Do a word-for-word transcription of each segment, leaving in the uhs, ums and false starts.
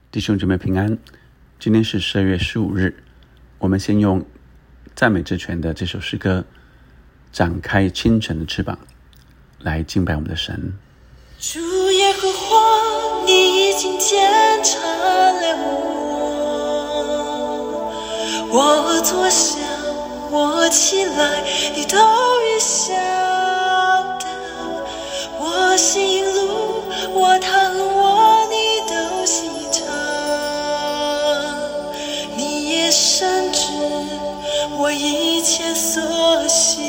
弟兄姊妹平安，今天是十二月十五日，我们先用赞美之泉的这首诗歌展开清晨的翅膀来敬拜我们的神。 主耶和华，你已经检查了我，我坐下我起来，你都预晓得，我行路我躺卧，你都细察，你也深知我一切所行。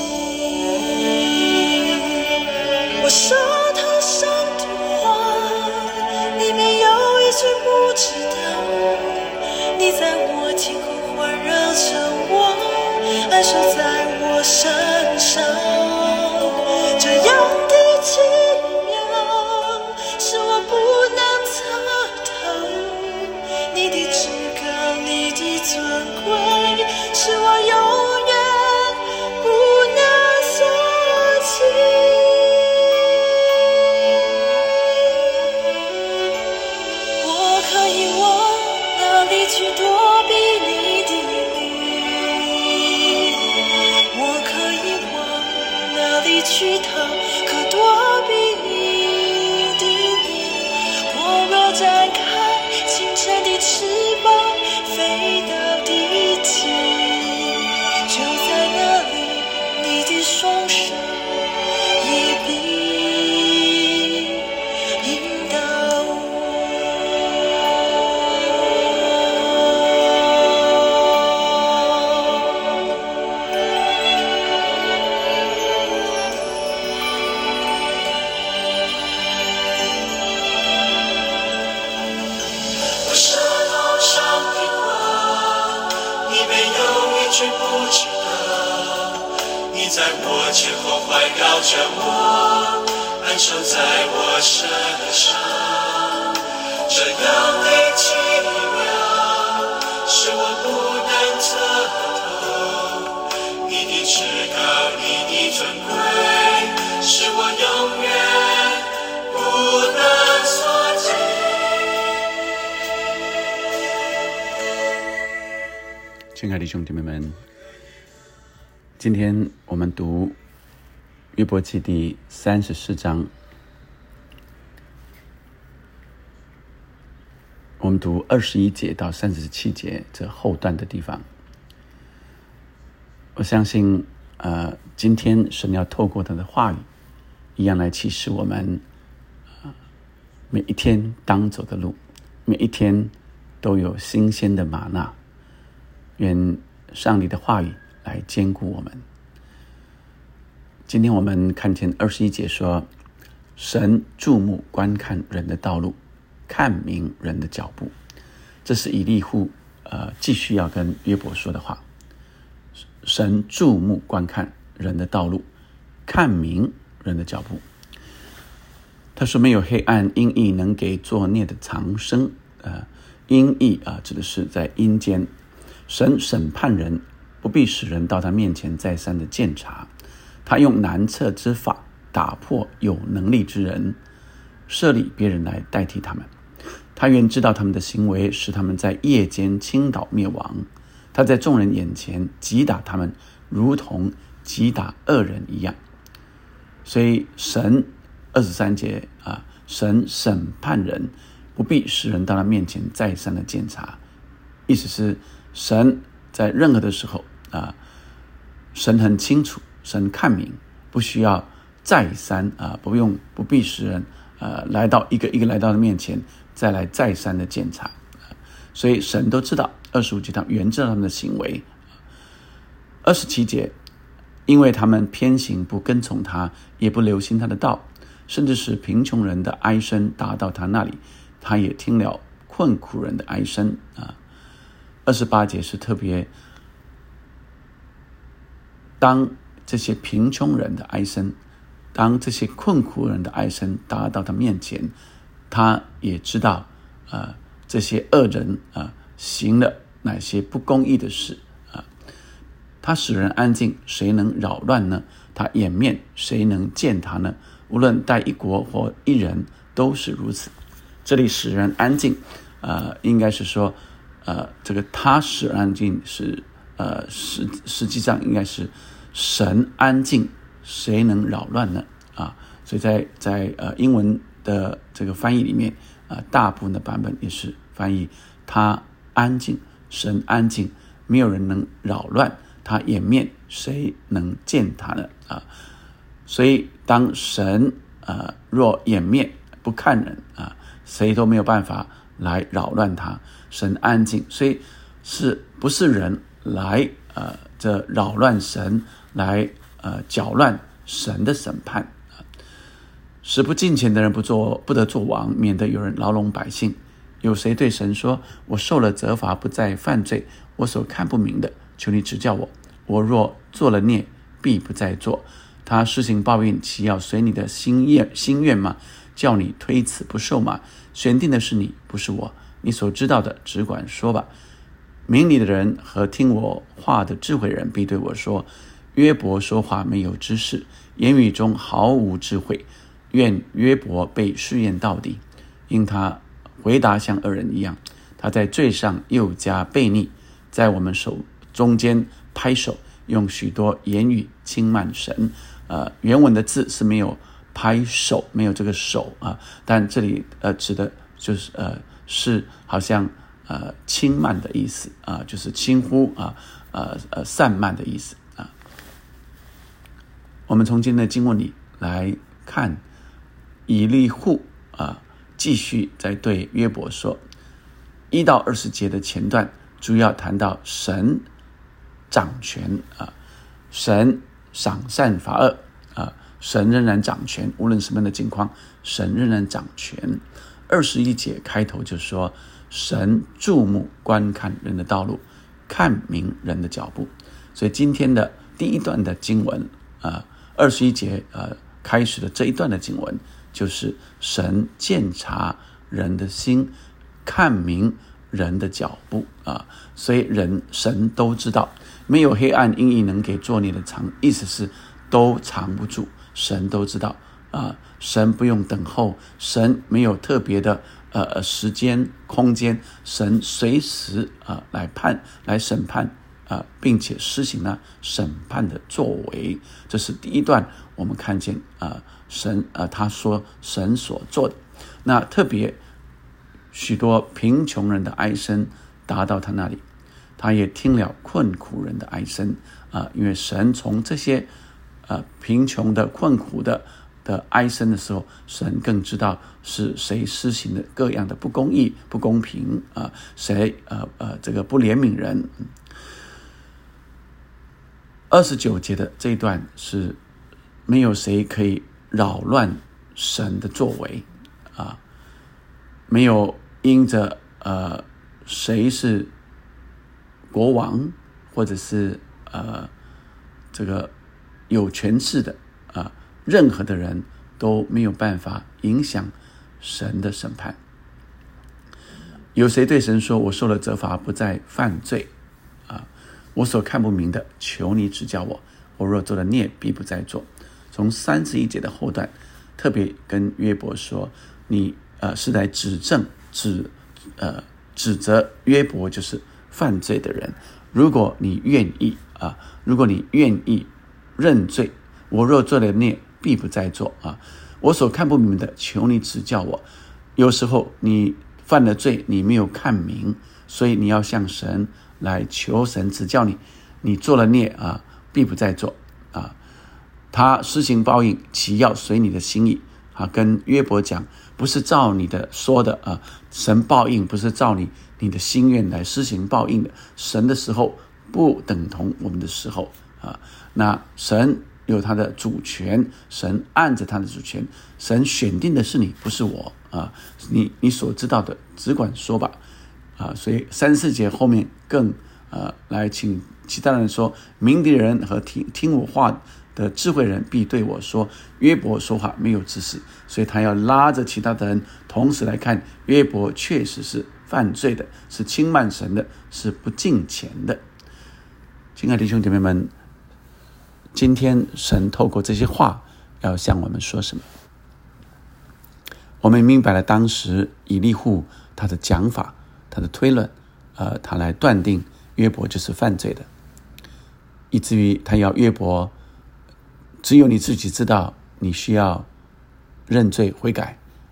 我手头上的话里面有一句不知道，你在我天空环绕着我，安守在我身上，这样的奇妙是我不能测透，你的至高，你的尊贵是我永远不能所及。我可以往哪里去躲避你的灵，我可以往哪里去逃，可躲避你的面。我若展开清晨的翅膀，飞到地极，就在那里你的双手也必引导我。我舌头上的话里面有一句不知道，你在我前后环绕着我，安守在我身上，这样的奇妙是我不能测透，你的至高，你的尊贵是我永远不能所及。 亲爱的弟兄姐妹们，今天我们读约伯记第三十四章，我们读二十一节到三十七节这后段的地方。我相信呃，今天神要透过他的话语一样来启示我们、呃、每一天当走的路，每一天都有新鲜的玛纳，愿上帝的话语来坚固我们。今天我们看见二十一节说，神注目观看人的道路，看明人的脚步。这是以利户呃继续要跟约伯说的话。神注目观看人的道路，看明人的脚步。他说，没有黑暗阴翳能给作孽的藏身。呃，阴翳啊，指的是在阴间。神审判人，不必使人到他面前再三的鉴察，他用难测之法打破有能力之人，设立别人来代替他们。他原知道他们的行为，使他们在夜间倾倒灭亡。他在众人眼前击打他们，如同击打恶人一样。所以神二十三节啊，神审判人，不必使人到他面前再三的鉴察。意思是神在任何的时候啊，神很清楚，神看明，不需要再三啊，不用不必使人呃来到一个一个来到他面前，再来再三的检查。所以神都知道，二十五节他原知道他们的行为。二十七节，因为他们偏行不跟从他，也不留心他的道，甚至使贫穷人的哀声达到他那里，他也听了困苦人的哀声啊。二十八节是特别，当这些贫穷人的哀声，当这些困苦人的哀声达到他面前，他也知道呃这些恶人啊、呃、行了哪些不公义的事啊、呃？他使人安静，谁能扰乱呢？他掩面，谁能见他呢？无论带一国或一人，都是如此。这里使人安静， 呃，应该是说，呃，这个他使安静是呃实实际上应该是神安静，谁能扰乱呢？啊，所以在在呃英文的这个翻译里面，啊、呃，大部分的版本也是翻译他安静，神安静，没有人能扰乱他掩面，谁能见他呢？啊，所以当神呃若掩面不看人啊，谁都没有办法来扰乱他。神安静，所以是不是人来呃这扰乱神，来呃搅乱神的审判啊？使不敬虔的人不做不得做王，免得有人牢笼百姓。有谁对神说：我受了责罚，不再犯罪？我所看不明的，求你指教我。我若做了孽，必不再做。他施行报应，岂要随你的心愿心愿吗？叫你推辞不受吗？选定的是你，不是我。你所知道的，只管说吧。明理的人和听我话的智慧人必对我说：约伯说话没有知识，言语中毫无智慧。愿约伯被试验到底，因他回答像恶人一样。他在罪上又加悖逆，在我们手中间拍手，用许多言语轻慢神。呃，原文的字是没有拍手，没有这个手啊，但这里呃指的就是呃是好像呃轻慢的意思啊，就是轻忽啊，呃呃散漫的意思啊。我们从今天的经文里来看，以利户啊继续在对约伯说，一到二十节的前段主要谈到神掌权啊，神赏善罚恶啊，神仍然掌权，无论什么样的境况，神仍然掌权。二十一节开头就说，神注目观看人的道路，看明人的脚步。所以今天的第一段的经文啊，二十一节呃开始的这一段的经文，就是神鉴察人的心，看明人的脚步啊，所以人神都知道，没有黑暗阴影能给作孽的藏，意思是都藏不住，神都知道啊，神不用等候，神没有特别的呃时间空间，神随时啊来判来审判啊，并且施行了审判的作为。这是第一段我们看见啊神啊他说神所做的。那特别许多贫穷人的哀声达到他那里，他也听了困苦人的哀声啊，因为神从这些呃贫穷的困苦的的哀声的时候，神更知道是谁施行的各样的不公义不公平啊，谁呃呃这个不怜悯人。二十九节的这一段是没有谁可以扰乱神的作为啊，没有因着呃谁是国王或者是呃这个有权势的啊，任何的人都没有办法影响神的审判。有谁对神说，我受了责罚，不再犯罪啊？我所看不明的，求你指教我。我若做了孽，必不再做。从三十一节的后段，特别跟约伯说，你呃是来指证指呃指责约伯就是犯罪的人。如果你愿意啊，如果你愿意认罪，我若做了孽，必不再做啊。我所看不明的，求你指教我。有时候你犯了罪，你没有看明，所以你要向神来求神指教你。你做了孽啊，必不再做啊。他施行报应，岂要随你的心意啊？跟约伯讲，不是照你的说的啊，神报应不是照你你的心愿来施行报应的。神的时候不等同我们的时候啊。那神有他的主权，神按着他的主权，神选定的是你，不是我啊。你你所知道的，只管说吧啊。所以三四节后面更呃来请其他人说，明理人和听听我话的智慧人必对我说，约伯说话没有知识。所以他要拉着其他的人同时来看，约伯确实是犯罪的，是轻慢神的，是不敬虔的。亲爱的弟兄姐妹们，今天神透过这些话要向我们说什么？我们明白了当时以利户他的讲法、他的推论，呃，他来断定约伯就是犯罪的，以至于他要约伯，只有你自己知道，你需要认罪悔改。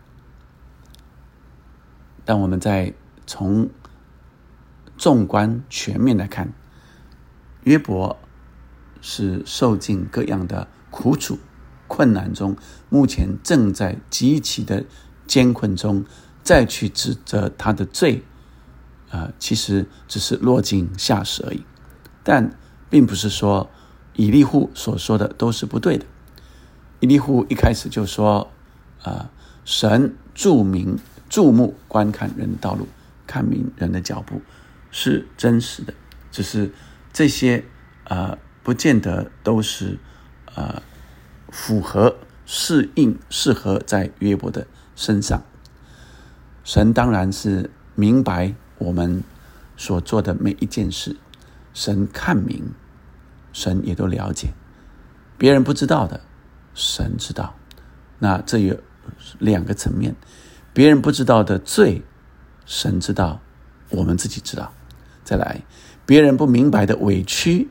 但我们在从纵观全面来看，约伯是受尽各样的苦楚困难中，目前正在极其的艰困中，再去指责他的罪，呃，其实只是落井下石而已。但并不是说以利户所说的都是不对的。以利户一开始就说，呃，神注明注目观看人的道路，看明人的脚步，是真实的，只是这些呃不见得都是呃符合适应适合在约伯的身上。神当然是明白我们所做的每一件事，神看明，神也都了解，别人不知道的神知道。那这有两个层面，别人不知道的罪神知道，我们自己知道。再来，别人不明白的委屈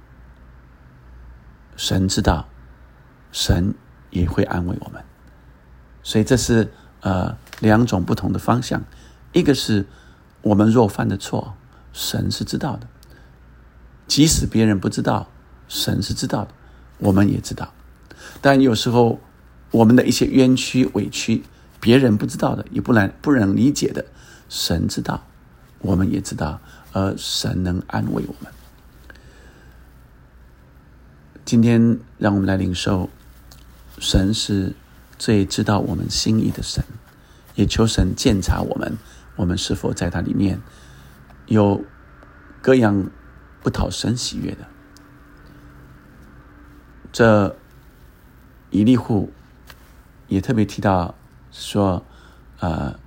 神知道，神也会安慰我们。所以这是呃两种不同的方向。一个是我们若犯的错，神是知道的，即使别人不知道，神是知道的，我们也知道。但有时候我们的一些冤屈委屈，别人不知道的，也不能不能理解的，神知道，我们也知道，而神能安慰我们。今天让我们来领受，神是最知道我们心意的神，也求神鉴察我们，我们是否在他里面有各样不讨神喜悦的。这以利户也特别提到说，呃，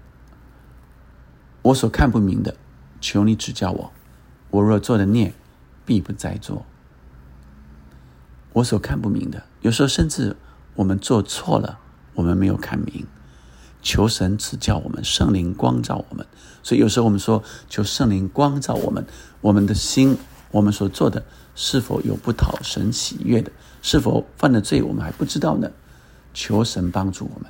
我所看不明的，求你指教我，我若做的孽，必不再做。我所看不明的，有时候甚至我们做错了，我们没有看明，求神指教我们，圣灵光照我们。所以有时候我们说，求圣灵光照我们，我们的心，我们所做的是否有不讨神喜悦的，是否犯了罪我们还不知道呢？求神帮助我们。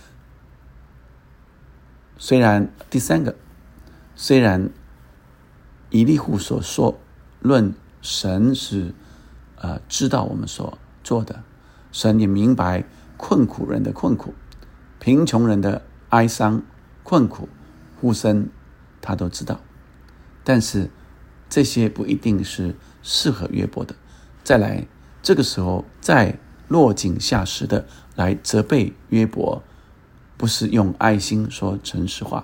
虽然第三个，虽然以利户所说论神是呃知道我们所做的，神也明白困苦人的困苦，贫穷人的哀伤困苦呼声他都知道，但是这些不一定是适合约伯的。再来，这个时候再落井下石的来责备约伯，不是用爱心说诚实话。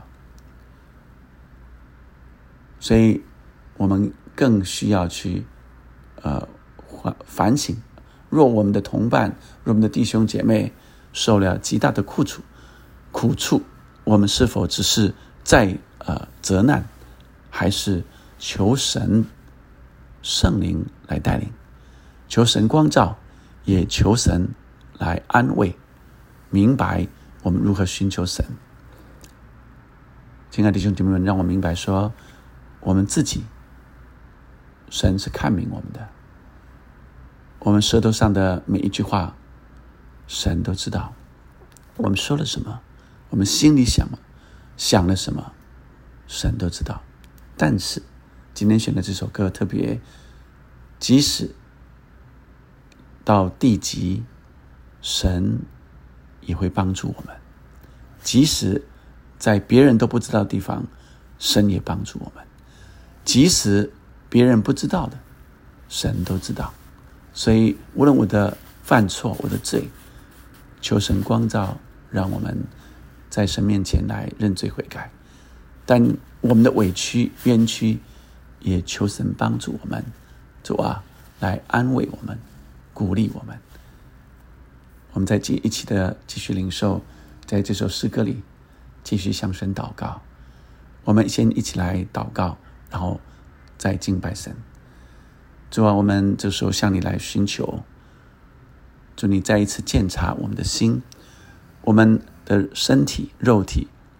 所以我们更需要去呃反省，若我们的同伴，若我们的弟兄姐妹受了极大的苦楚苦处，我们是否只是在呃责难，还是求神圣灵来带领，求神光照，也求神来安慰，明白我们如何寻求神。亲爱的弟兄姐妹们，让我明白说，我们自己神是看明我们的，我们舌头上的每一句话神都知道，我们说了什么，我们心里想了想了什么神都知道。但是今天选的这首歌特别，即使到地极，神也会帮助我们，即使在别人都不知道的地方，神也帮助我们，即使别人不知道的，神都知道。所以无论我的犯错，我的罪，求神光照，让我们在神面前来认罪悔改。但我们的委屈冤屈，也求神帮助我们，主啊，来安慰我们，鼓励我们。我们再一起的继续领受，在这首诗歌里继续向神祷告。我们先一起来祷告，然后再敬拜神。主啊，我们这时候向你来寻求，祝你再一次鉴察我们的心，我们的身体肉体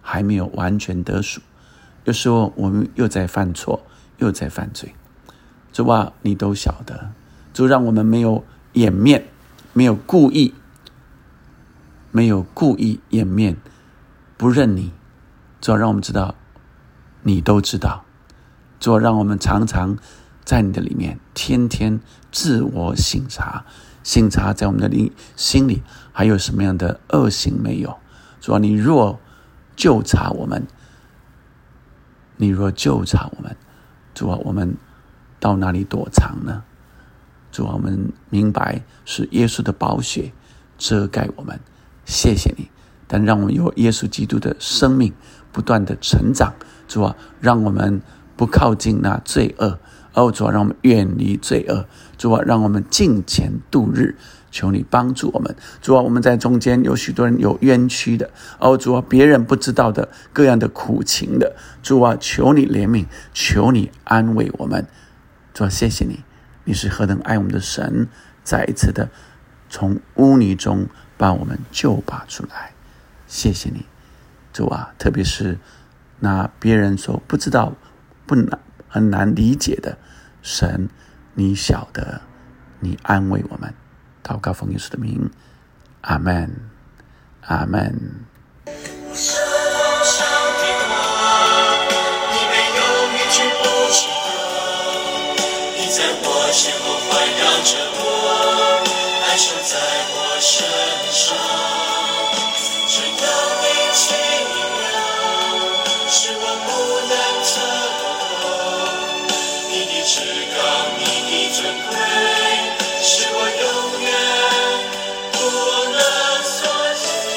还没有完全得赎，有时候我们又在犯错，又在犯罪。主啊，你都晓得，主让我们没有掩面，没有故意，没有故意掩面不认你。主啊，让我们知道你都知道。主啊，让我们常常在你的里面天天自我省察，省察在我们的心里还有什么样的恶行没有。主啊，你若究察我们，你若究察我们，主啊，我们到哪里躲藏呢？主啊，我们明白是耶稣的宝血遮盖我们，谢谢你。但让我们有耶稣基督的生命不断的成长。主啊，让我们不靠近那罪恶，哦，主啊，让我们远离罪恶。主啊，让我们敬虔度日，求你帮助我们。主啊，我们在中间有许多人有冤屈的，哦，主啊，别人不知道的各样的苦情的，主啊，求你怜悯，求你安慰我们。主啊，谢谢你，你是何等爱我们的神，再一次的从污泥中把我们救拔出来。谢谢你，主啊，特别是那别人所不知道、不难、很难理解的，神，你晓得，你安慰我们。祷告奉耶稣的名，阿们，阿们。 手上的话，你们永远知不知道？你在我身后环绕着我，爱手在我身上。只要你去了，是我不能测透。你的至高，你的尊贵，是我永远不能所及。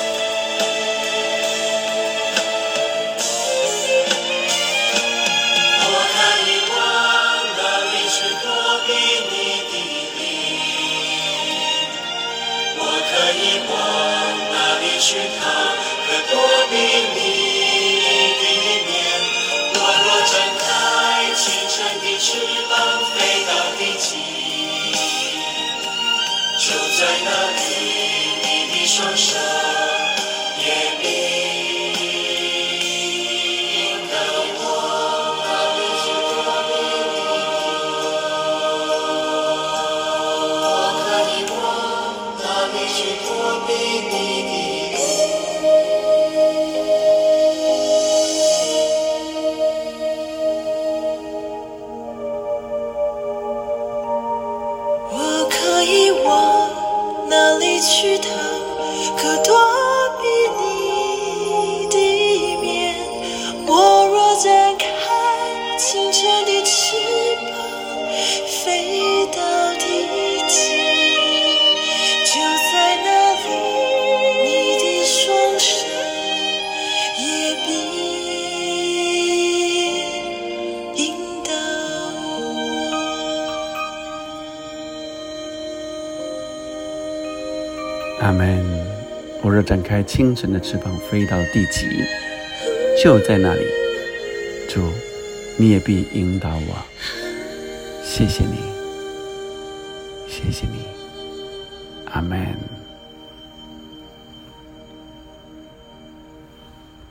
我可以往哪里去躲避你的灵？我可以往哪里去逃，可躲避你的面？我若睁开清晨的翅膀，飞到地极，就在那里，你的双手也必引导我，哪里去躲避你？我可以往哪里去躲避你的？我可以往哪里去逃，可躲避你的面？我若展开清晨的翅膀，飞到地极，就在那里，你的双手也必引导我。 阿们。我若展开清晨的翅膀，飞到地极，就在那里，主，你也必引导我。谢谢你，谢谢你，阿们。